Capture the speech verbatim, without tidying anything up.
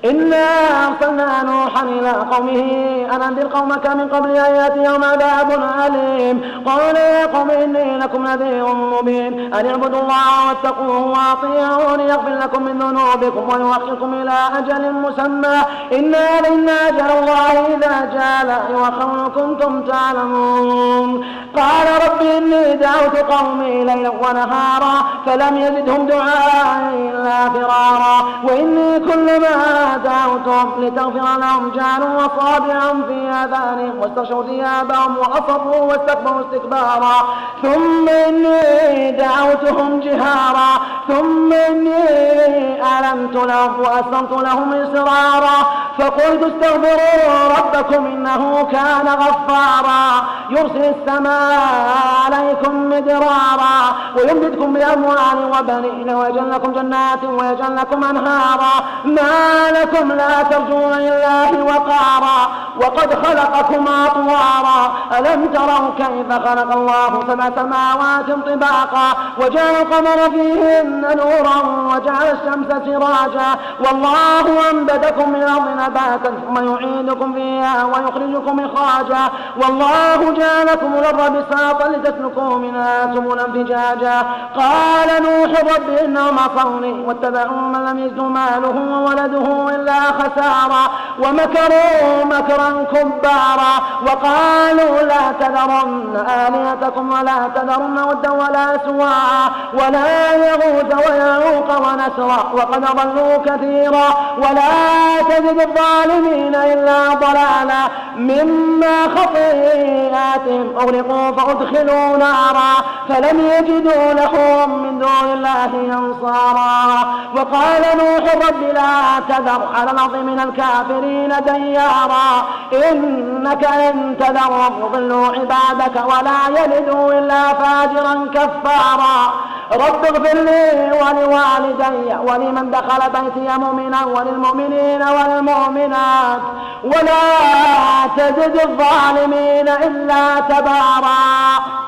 إنا أرسلنا نوحا إلى قومه أن أنذر قومك من قبل أن يأتيهم عذاب أليم. قال يا قوم إني لكم نذير مبين أن اعبدوا الله واتقوه وأطيعون يغفر لكم من ذنوبكم ويؤخركم إلى أجل مسمى إن إن أجل الله إذا جاء لا يؤخر كنتم تعلمون. قال رب إني دعوت قومي ليلا ونهارا فلم يزدهم دعائي إلا فرارا وإني كلما دعوتهم لتغفر لهم جعلوا أصابعهم في آذانهم واستغشوا ثيابهم وأصروا واستكبروا استكبارا ثم إني دعوتهم جهارا ثم إني أعلنت لهم وأسررت لهم إسرارا فقلت استغفروا ربكم إنه كان غفارا يرسل السماء عليكم مدرارا ويمددكم بأموال وبنين ويجعل لكم جنات ويجعل لكم أنهارا ما لكم لا ترجون لله وقارا وقد خلقكم أطوارا ألم تروا كيف خلق الله سبع سماوات طباقا وجعل القمر فيهن نورا وجعل الشمس سراجا والله أنبتكم من الأرض نباتا ثم يعيدكم فيها ويخرجكم إخراجا والله جعلكم الأرض بساطا لتسلكوا منها سبلا فجاجا. قال نوح رب إنهم عصوني واتبعوا من لم يزد ماله وولده إلا خسارا ومكروا مكرا كبارا وقالوا لا تذرن آلهتكم ولا تذرن ودا ولا سواعا ولا يغوث ويعوق ونسرا وقد ضلوا كثيرا ولا تجد الظالمين إلا ضلالا مما خطيئاتهم أغرقوا فأدخلوا نارا فلم يجدوا لهم من دون الله أنصارا. وقال نوح رب لا تذر على الأرض من الكافرين ديارا إنك إن تذرهم يضلوا عبادك ولا يلدوا إلا فاجرا كفارا. رب اغفر لي ولوالدي ولمن دخل بيتي مؤمنا وللمؤمنين والمؤمنات ولا تزد الظالمين إلا تبارا.